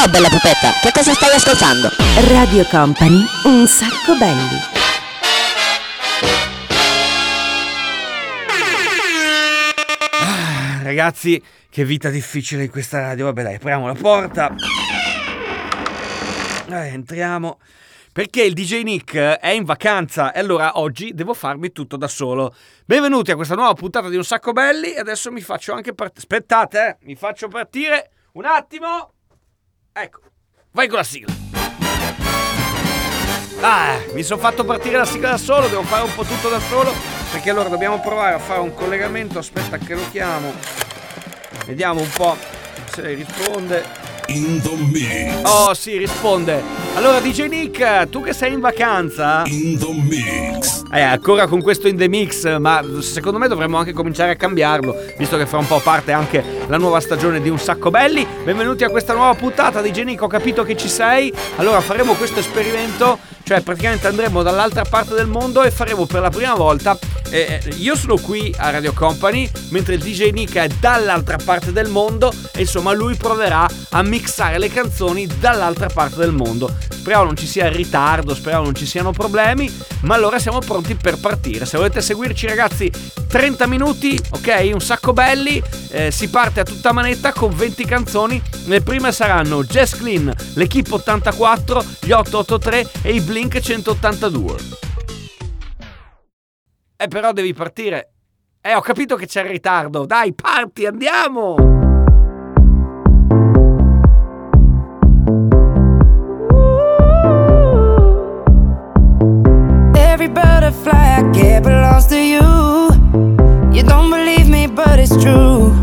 Ciao bella pupetta, che cosa stai ascoltando? Radio Company, un sacco belli. Ragazzi, che vita difficile in questa radio. Vabbè dai, apriamo la porta. Entriamo. Perché il DJ Nick è in vacanza e allora oggi devo farmi tutto da solo. Benvenuti a questa nuova puntata di Un Sacco Belli. E adesso mi faccio anche partire. Aspettate, mi faccio partire un attimo. Ecco, vai con la sigla. Mi sono fatto partire la sigla da solo. Devo fare un po' tutto da solo, perché allora dobbiamo provare a fare un collegamento. Aspetta che lo chiamo. Vediamo un po' se risponde. In the mix. Oh sì, risponde. Allora DJ Nick, tu che sei in vacanza? In the mix. Ancora con questo in the mix, ma secondo me dovremmo anche cominciare a cambiarlo, visto che fra un po' parte anche la nuova stagione di Un Sacco Belli. Benvenuti a questa nuova puntata. DJ Nick, ho capito che ci sei. Allora faremo questo esperimento, cioè praticamente andremo dall'altra parte del mondo e faremo per la prima volta io sono qui a Radio Company, mentre il DJ Nick è dall'altra parte del mondo e insomma lui proverà a mixare le canzoni dall'altra parte del mondo. Speriamo non ci sia ritardo, speriamo non ci siano problemi, ma allora siamo pronti per partire. Se volete seguirci ragazzi, 30 minuti, ok? Un Sacco Belli, si parte a tutta manetta con 20 canzoni. Le prime saranno Jazz Clean, l'Equipe 84, gli 883 e i Blink 182. Però devi partire. Ho capito che c'è il ritardo. Dai, parti, andiamo! Every butterfly I get belongs to you. You don't believe me, but it's true.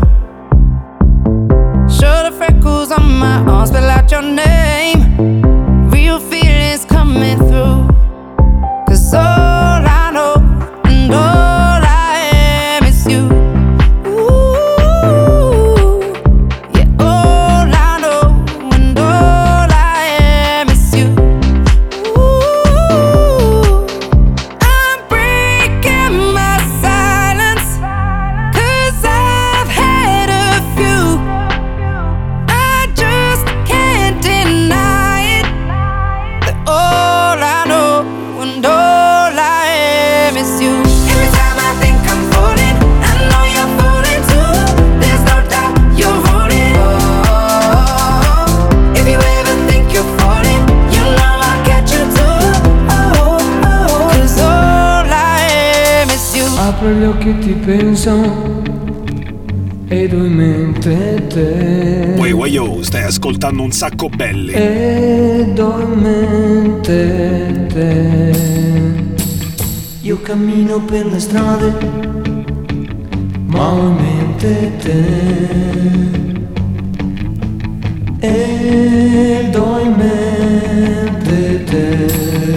Show the freckles on my arms, spell out your name. Real feelings coming through. 'Cause all I know and all I am is you. Ooh, yeah, all I know and all I am is you. Ooh, I'm breaking my silence, 'cause I've had a few. I just can't deny it, that all I know and all I am is you. Every time I think I'm falling, I know you're falling too. There's no doubt you're rolling. Oh, if you ever think you're falling, you know I'll catch you too. Oh, 'cause all I am is you. Apro gli occhi e ti penso ed ho in mente te. Yo, stai ascoltando Un Sacco Belli. Ed ho in mente te. Io cammino per le strade, ma ho in mente te. Ed ho in mente te.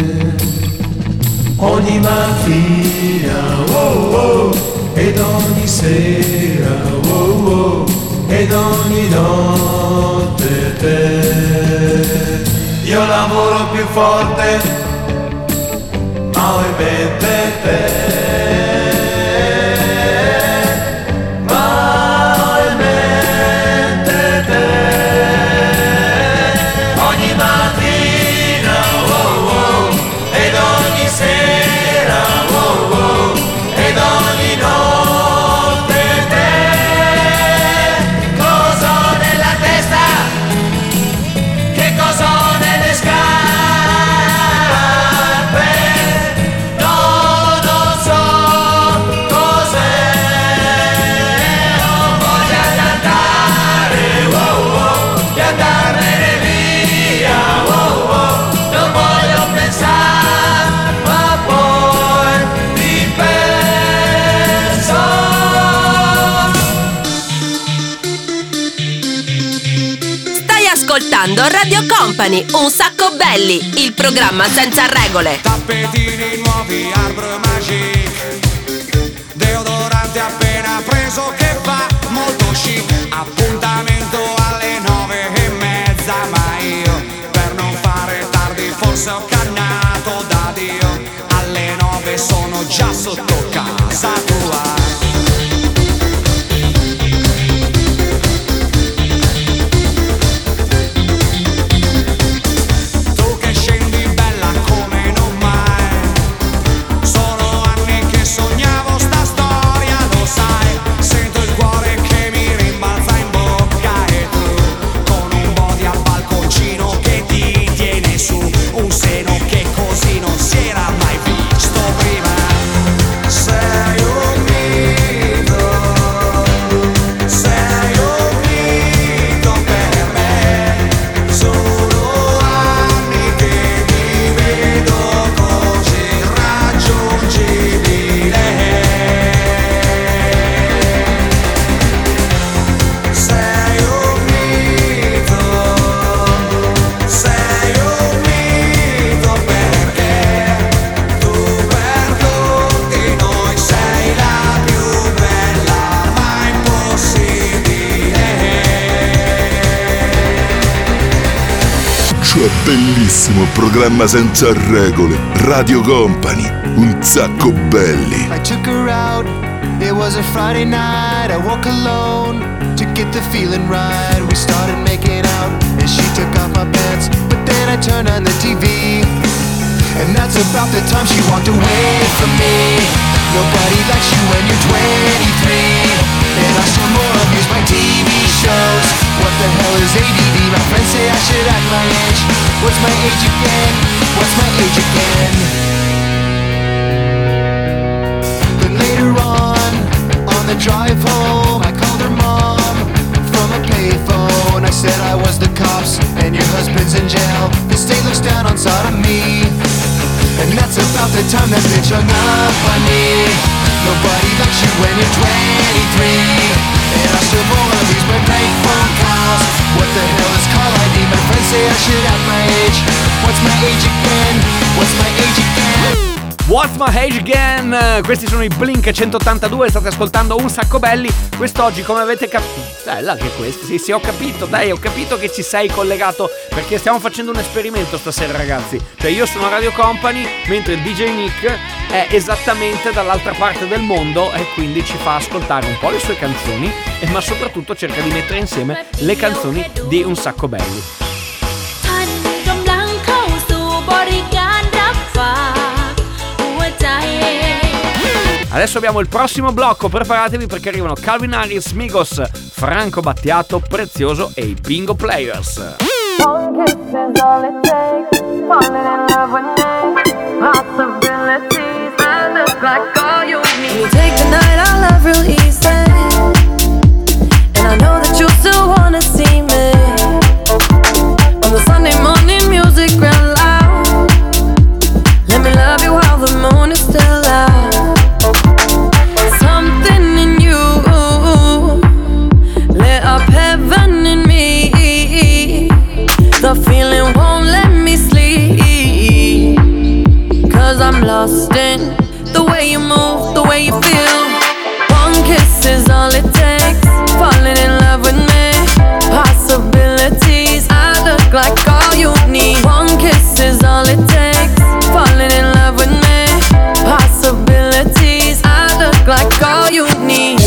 Ogni mattina, oh oh, ed ogni sera, oh oh, ed ogni notte te. Io lavoro più forte, ma ho in mente te. Ma ho in mente te. Ogni mattina, oh oh, ed ogni sera, oh oh, ed ogni notte te. Cosa ho nella testa? Che cosa ho nelle scarpe? No, non so cos'è. Ho voglia di andare, oh oh, di andarmene via, oh oh. Non voglio pensare, ma poi ripenso. Stai ascoltando Radio Company, Un Sacco Belli, il programma senza regole. Tappetini nuovi, Arbre Magique, deodorante appena preso che fa molto chic. Appuntamento alle 9:30, ma io per non fare tardi forse ho cannato da Dio. Alle 9 sono già sotto casa tua. C'è bellissimo programma senza regole. Radio Company, un sacco belli. I took her out, it was a Friday night. I woke alone to get the feeling right. We started making out and she took off my pants, but then I turned on the TV, and that's about the time she walked away from me. Nobody likes you when you're 23, and I still more abuse my TV shows. What the hell is ADD? My friends say I should act my age. What's my age again? What's my age again? Then later on the drive home, I called her mom from a payphone. I said I was the cops and your husband's in jail. The state looks down on sodomy, and that's about the time that bitch hung up on me. Nobody likes you when you're 23, and I still wanna use my prank phone calls. What the hell is call ID? My friends say I should have my age. What's my age again? What's my age again? What's My Age Again? Questi sono i Blink 182, state ascoltando Un Sacco Belli. Quest'oggi, come avete capito, là che questo, sì, ho capito, dai, ho capito che ci sei collegato, perché stiamo facendo un esperimento stasera, ragazzi. Cioè io sono a Radio Company, mentre il DJ Nick è esattamente dall'altra parte del mondo, e quindi ci fa ascoltare un po' le sue canzoni, ma soprattutto cerca di mettere insieme le canzoni di Un Sacco Belli. Adesso abbiamo il prossimo blocco, preparatevi perché arrivano Calvin Harris, Migos, Franco Battiato, Prezioso e i Bingo Players. One kiss is all it takes, falling in love with me, possibilities that look like all you need. You take the night out love real easy, and I know that you still wanna see me. On the Sunday morning music real loud, let me love you while the moon is still out. Something in you lit up heaven in me. The feeling won't let me sleep, 'cause I'm lost in the way you move, the way you feel. One kiss is all it takes, falling in love with me, possibilities, I look like all you need. One kiss is all it takes, falling in love with me, possibilities, I look like all you need.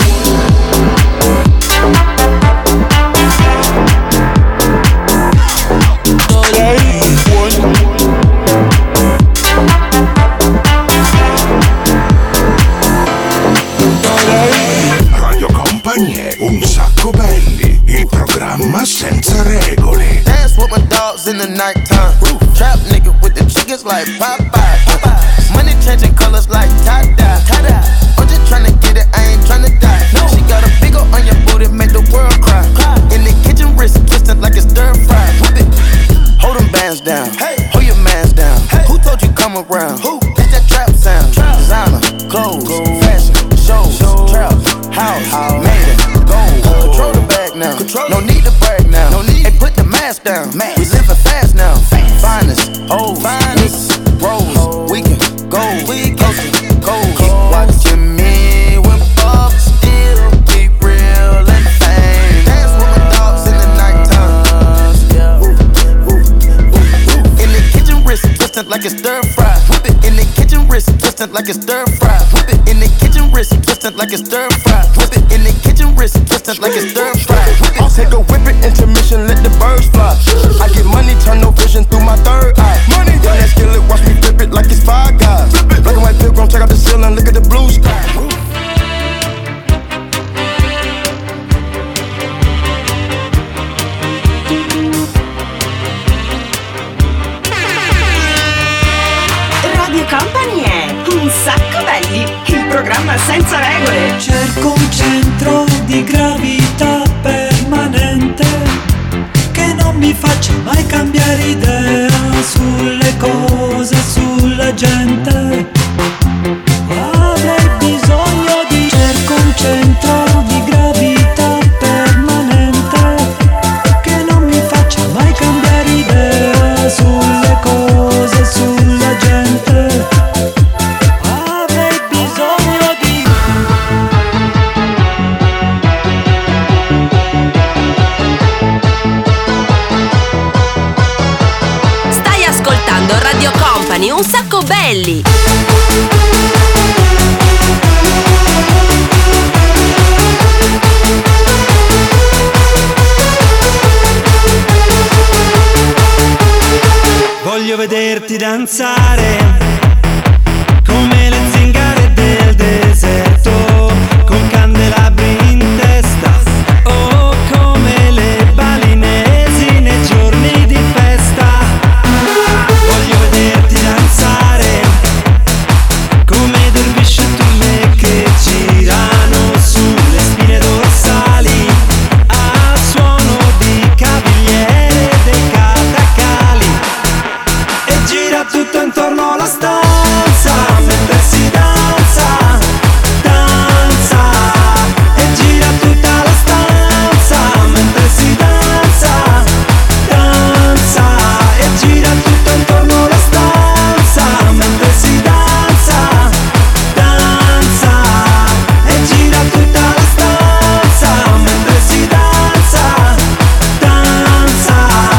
Radio Company è Un Sacco Belli, il programma senza regole. Dance with my dogs in the nighttime. Trap nigga with the chickens like Popeye. Money changing colors like tie-dye. I'm just tryna get it, I ain't tryna die. She got a big ol' on your booty, make the world cry. In the kitchen, wrist twisting like it's stir fry. Whip it, hold them bands down, hold your mans down. Who told you come around? That's that trap sound. Designer, clothes, fashion, shows, trap, house, made it, gold. Control the bag now, no need to brag now. Hey, put the mask down, we living fast now. Finest, old, finest, rose, we can go, cold. Watching me when Bob still be real and fame. Dance with my dogs in the nighttime. In the kitchen, wrist twisting like it's stir fry. Whip it in the kitchen, wrist twisting like it's stir fry. Whip it in the kitchen, wrist twisting like it's stir fry. Whip it in the kitchen, wrist twisting like it's stir fry. I'll take a whip it, intermission, let the birds fly. I get money, turn no vision through my third eye. Money, young that skill it, watch me flip it like it's Five Guys. Black and white pilgrim, check out the ceiling, look at the blue sky. Radio Company è Un Sacco Belli, il programma senza regole. Cerco un centro di gravità permanente che non mi faccia mai cambiare idea sulle cose, sulla gente. Avrei bisogno di cerco un centro di gravità permanente che non mi faccia mai cambiare idea sulle cose, sulla gente. Avrei bisogno di Un Sacco Belli. Voglio vederti danzare come le zingare del deserto, con candelabri in testa, o come le balinesi nei giorni di festa. Voglio vederti danzare come dervisci e turme che girano sulle spine dorsali al suono di cavigliere dei catacali. E gira tutto intorno alla stanza mentre si danza, danza. E gira tutta la stanza mentre si danza, danza. E gira tutto intorno alla stanza mentre si danza, danza. E gira tutta la stanza mentre si danza, danza.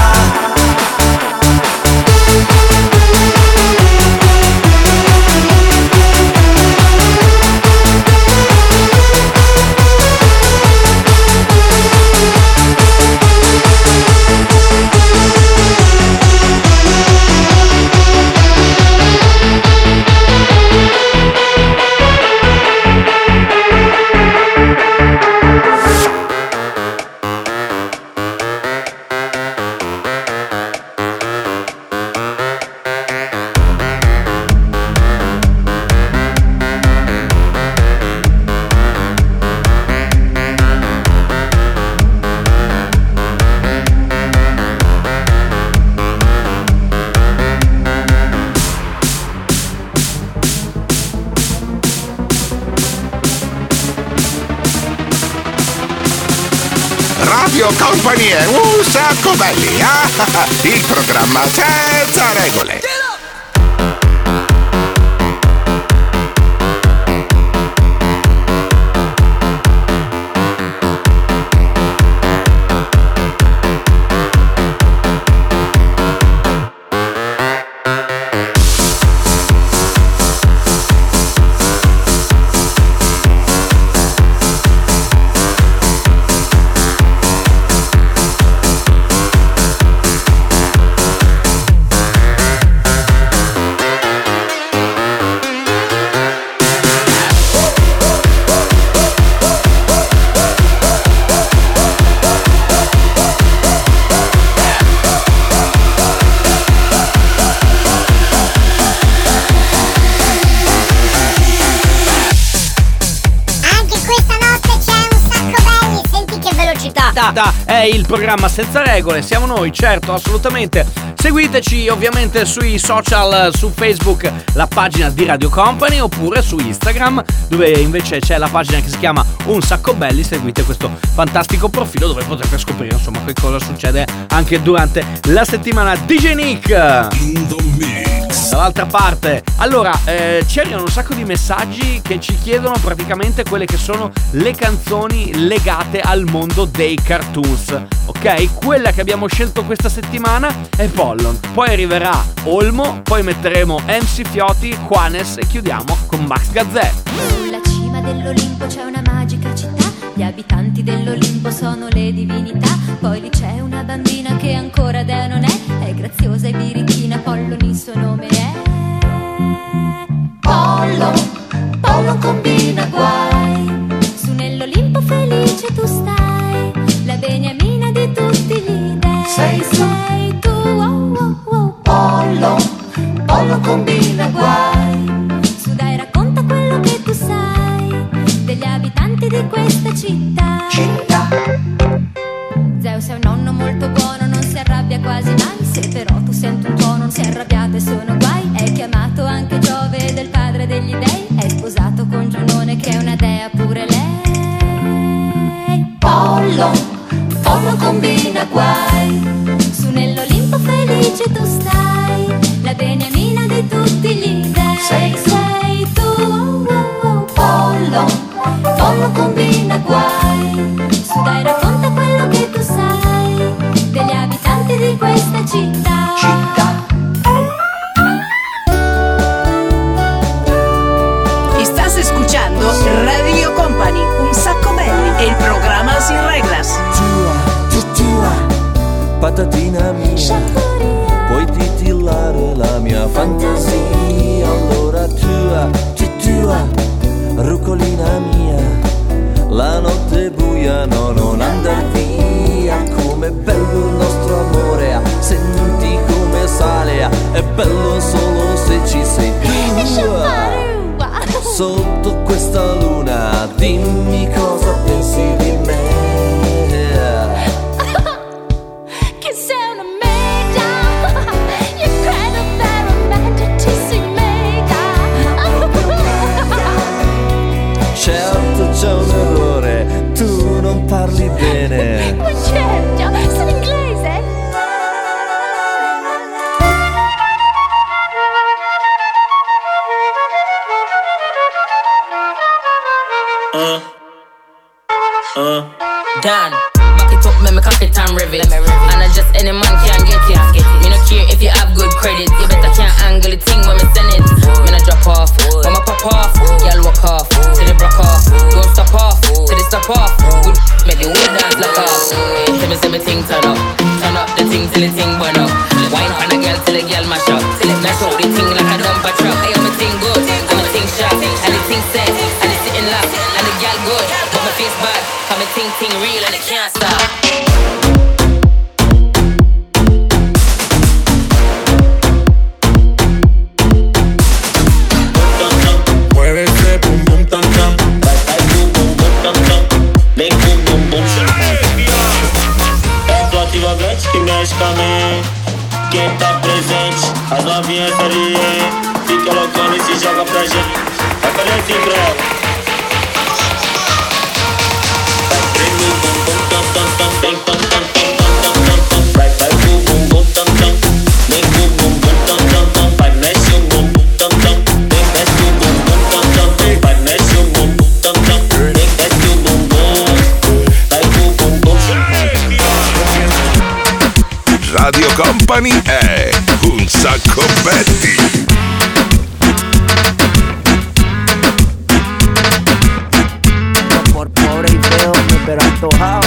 Radio Company è Un Sacco Belli, il programma senza regole. È il programma senza regole, siamo noi, certo, assolutamente. Seguiteci ovviamente sui social, su Facebook la pagina di Radio Company, oppure su Instagram dove invece c'è la pagina che si chiama Un Sacco Belli. Seguite questo fantastico profilo dove potrete scoprire insomma che cosa succede anche durante la settimana. DJ Nick In the mix. dall'altra parte. Allora, ci arrivano un sacco di messaggi che ci chiedono praticamente quelle che sono le canzoni legate al mondo dei cartoons. Ok? Quella che abbiamo scelto questa settimana è Pollon. Poi arriverà Olmo, poi metteremo MC Fiotti, Juanes e chiudiamo con Max Gazzè. Sulla cima dell'Olimpo c'è una magica città, gli abitanti dell'Olimpo sono le divinità. Poi lì c'è una bambina che ancora dea non è graziosa e birichina, Pollon il suo nome è. Pollon, Pollon combina guai, su nell'Olimpo felice tu stai, la beniamina di tutti gli dei. Sei tu, oh, oh, oh. Pollon, Pollon combina guai, su dai racconta quello che tu sai degli abitanti di questa città. Zeus è un nonno molto buono, non si arrabbia quasi mai, se però tu senti un tuono non si arrabbiate, sono guai. È chiamato anche Giove del padre degli dei, è sposato con Giunone che è una dea pure lei. Pollon, Pollon combina guai, su nell'Olimpo felice tu stai, la beniamina di tutti gli dei. Sei tu, oh, oh, oh. Pollon, Pollon combina guai, su dai racconta quello che tu sai degli abitanti di questa città. patatina mia, puoi titillare la mia fantasia. Allora tua, rucolina mia, la notte è buia, no, non andar via. Com'è bello il nostro amore, senti come sale, è bello solo se ci sei tu. Sotto questa luna, dimmi cosa pensi di me. Che sei una mega, io credo veramente ci sei mega. Certo c'è un errore, tu non parli bene. Ma certo, sono inglese. Dan, back it up, make me cock it and rev it. And I just any man can get it. Me no care if you have good credit. You better can't angle the thing when me send it. Me no drop off, when me pop off. Y'all walk off, till they broke off. Don't stop off, till they stop off. Good, make the whole dance lock off. Tell me say me thing turn up the thing till the thing burn up. Wine on a girl till the girl mash up. Mash up the thing like a dumper truck. Hey, me thing good, and me thing sharp, and the thing set, and it's sitting locked, and the girl good, but my face bad. Come and ting real and it can't stop. Mueve ese bum bum tam tam. Bum bum bum tam tam. Vem bum bum bum. Tu ativa grande que mexe com a mim. Quem tá presente, as novinhas ali, hein? Fica loucona e se joga pra gente. Vai fazer assim, bro. Radio Company è Un Sacco Belli. Por pobre y feo pero antojado.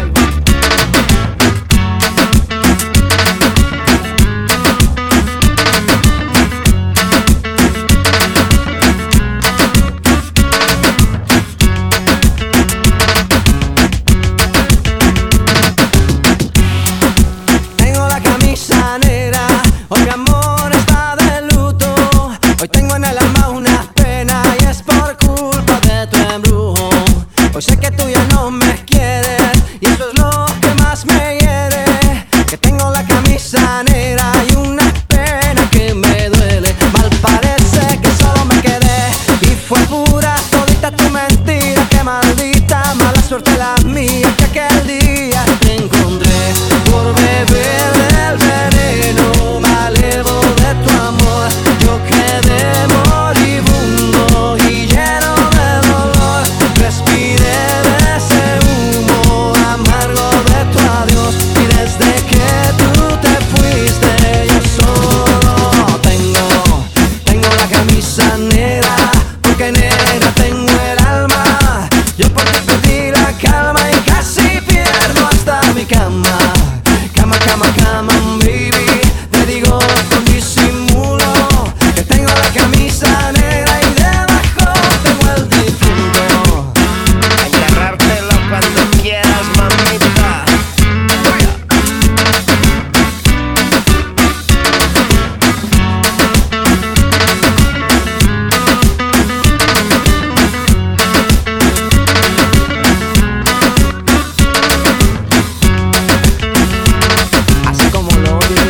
Tengo la camisa negra, hoy mi amor está de luto. Hoy tengo en el alma una pena y es por culpa de tu embrujo. Hoy sé que tú ya no me quieres y eso es lo que más me hiere. Que tengo la camisa negra y una pena que me duele. Mal parece que solo me quedé y fue pura todita tu mentira. Que maldita mala suerte la mía que aquel día te encontré por beber del veneno malevo de tu amor. Yo quedé moribundo y lleno de dolor. Respiré de ese humo amargo de tu adiós. Y desde que tú te fuiste yo solo tengo la camisa negra. Porque negra tengo el alma. Yo por ti perdí la calma y casi pierdo hasta mi cama. Cama, cama, cama, baby. Te digo con disimulo que tengo la camisa negra y debajo tengo el difunto. Agarrártelo cuando quieras, mamita. Así como lo oyes.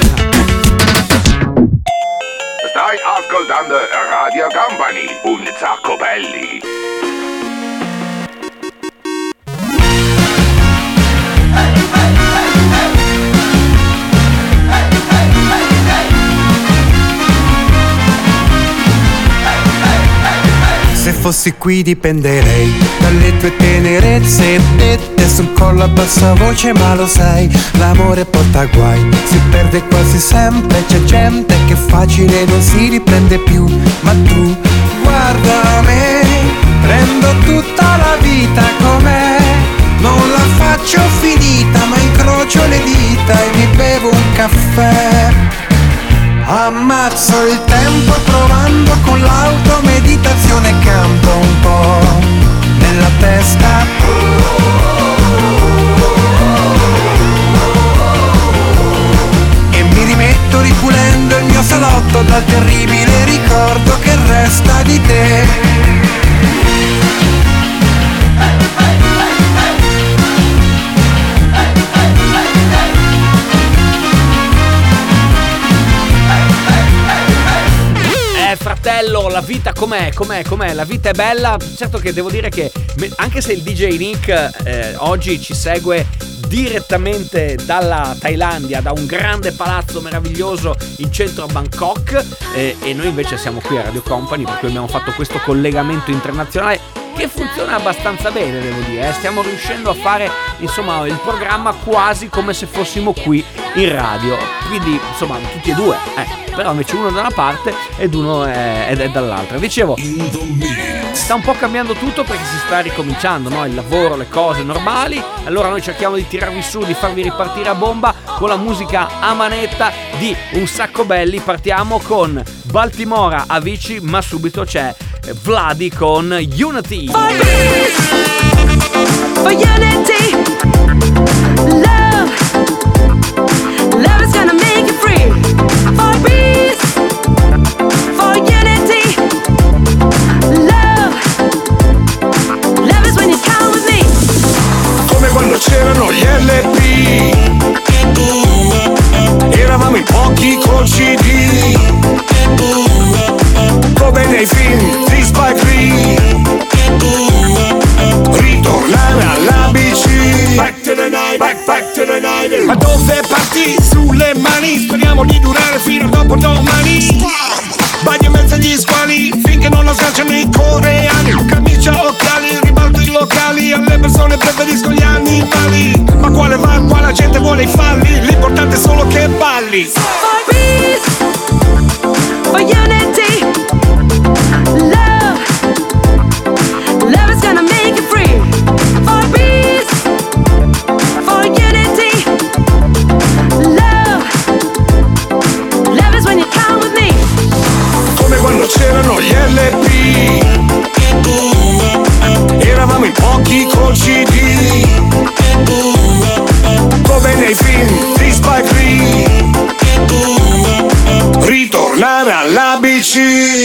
Stai ascoltando Radio Company, Un Sacco Belli. Se fossi qui dipenderei dalle tue tenerezze dette sul collo a bassa voce, ma lo sai, l'amore porta guai, si perde quasi sempre, c'è gente che facile non si riprende più, ma tu guarda me, prendo tutta la vita com'è, non la faccio finita, ma incrocio le dita e mi ammazzo il tempo provando con l'automeditazione, canto un po' nella testa. E mi rimetto ripulendo il mio salotto dal terribile ricordo che resta di te. Fratello, la vita com'è? La vita è bella. Certo che devo dire che anche se il DJ Nick oggi ci segue direttamente dalla Thailandia, da un grande palazzo meraviglioso in centro a Bangkok, e noi invece siamo qui a Radio Company, per cui abbiamo fatto questo collegamento internazionale che funziona abbastanza bene, devo dire. Stiamo riuscendo a fare insomma il programma quasi come se fossimo qui in radio, quindi insomma tutti e due, però invece uno da una parte ed uno è dall'altra. Dicevo, sta un po' cambiando tutto perché si sta ricominciando, no? Il lavoro, le cose normali. Allora noi cerchiamo di tirarvi su, di farvi ripartire a bomba con la musica a manetta di Un Sacco Belli. Partiamo con Baltimora, Avicii, ma subito c'è Vladi con Unity. For unity, love is gonna make you free. For peace, for unity, love is when you come with me. Come quando c'erano gli LP, eravamo in pochi col CD, come nei film di Spike Lee. Ritornare all'ABC, back to the night, back to the night. Ma dove parti? Sulle mani, speriamo di durare fino a dopo domani. Bagno in mezzo agli squali, finché non lo sganciano i coreani. Camicia, occhiali, ribalto i locali. Alle persone preferisco gli animali. Ma quale va? Qua la gente vuole i falli. L'importante è solo che balli. For peace, for unity, love is gonna make you free. For peace, for unity, love is when you come with me. Come quando c'erano gli LP, eravamo in pochi col CD, come nei film di Spike Lee. Ritornare all'ABC.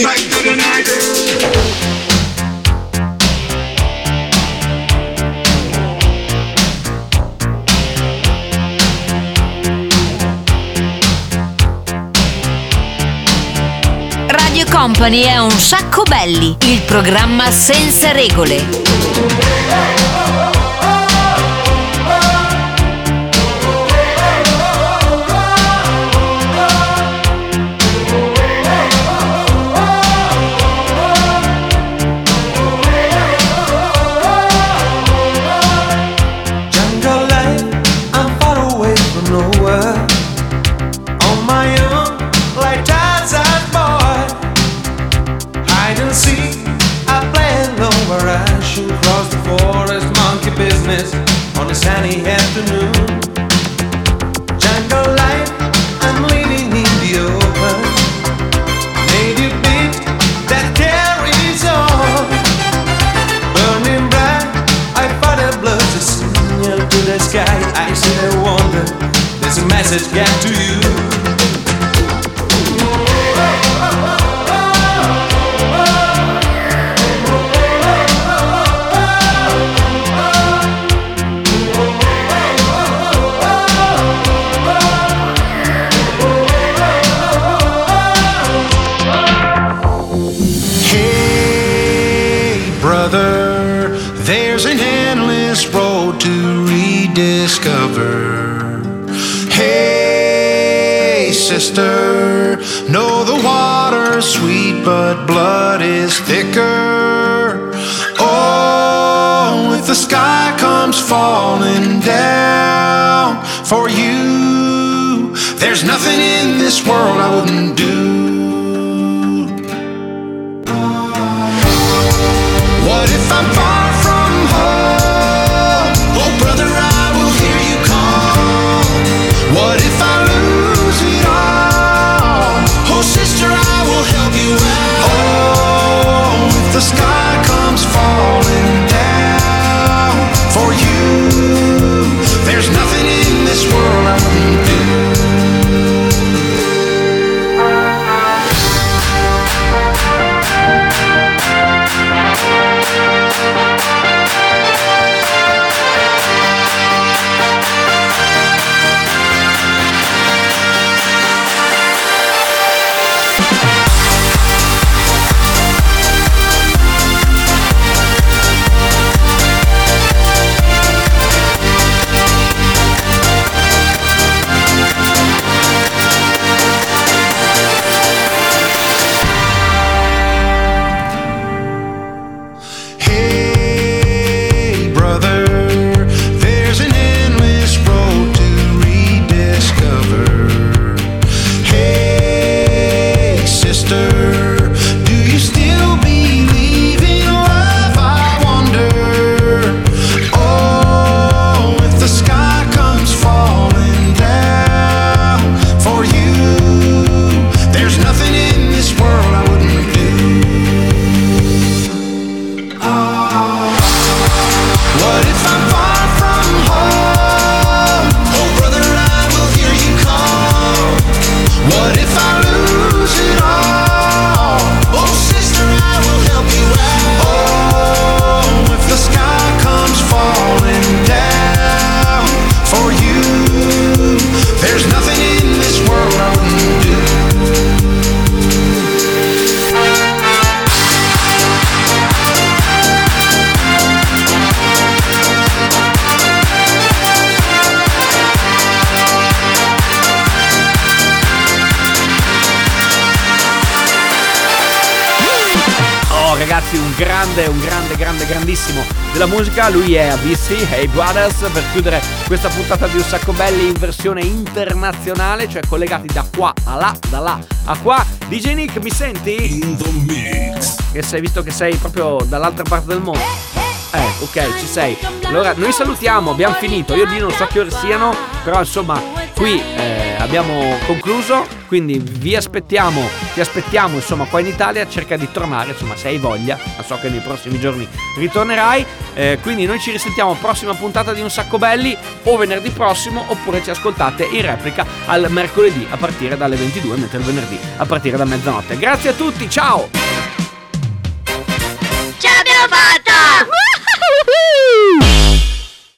Radio Company è Un Sacco Belli, il programma senza regole. Jungle life, I'm far away from nowhere. On my own, like Tarzan boy. Hide and seek, I play alone where I should cross the forest, monkey business on a sunny afternoon. Jungle life, I'm living in the open. Native beat that carries on. Burning bright, I fight a blood to signal to the sky. I sit and wonder, there's a message get to you. Hey brother, there's an endless road to rediscover. Hey sister, know the water's sweet but blood is thicker. Oh, if the sky comes falling down for you, there's nothing in this world I wouldn't do. What if I'm far from home? Oh brother, I will hear you call. What if I lose it all? Oh sister, ragazzi, un grandissimo della musica. Lui è Avicii, Hey Brothers, per chiudere questa puntata di Un Sacco Belli in versione internazionale, cioè collegati da qua a là, da là a qua. DJ Nick, mi senti? In the mix. Che sei, visto che sei proprio dall'altra parte del mondo. Ok, ci sei. Allora, noi salutiamo, abbiamo finito. Io non so che ore siano, però insomma, qui abbiamo concluso. Quindi ti aspettiamo insomma qua in Italia. Cerca di tornare, insomma, se hai voglia. Ma so che nei prossimi giorni ritornerai. Quindi noi ci risentiamo prossima puntata di Un Sacco Belli, o venerdì prossimo, oppure ci ascoltate in replica al mercoledì a partire dalle 22, mentre il venerdì a partire da mezzanotte. Grazie a tutti, ciao!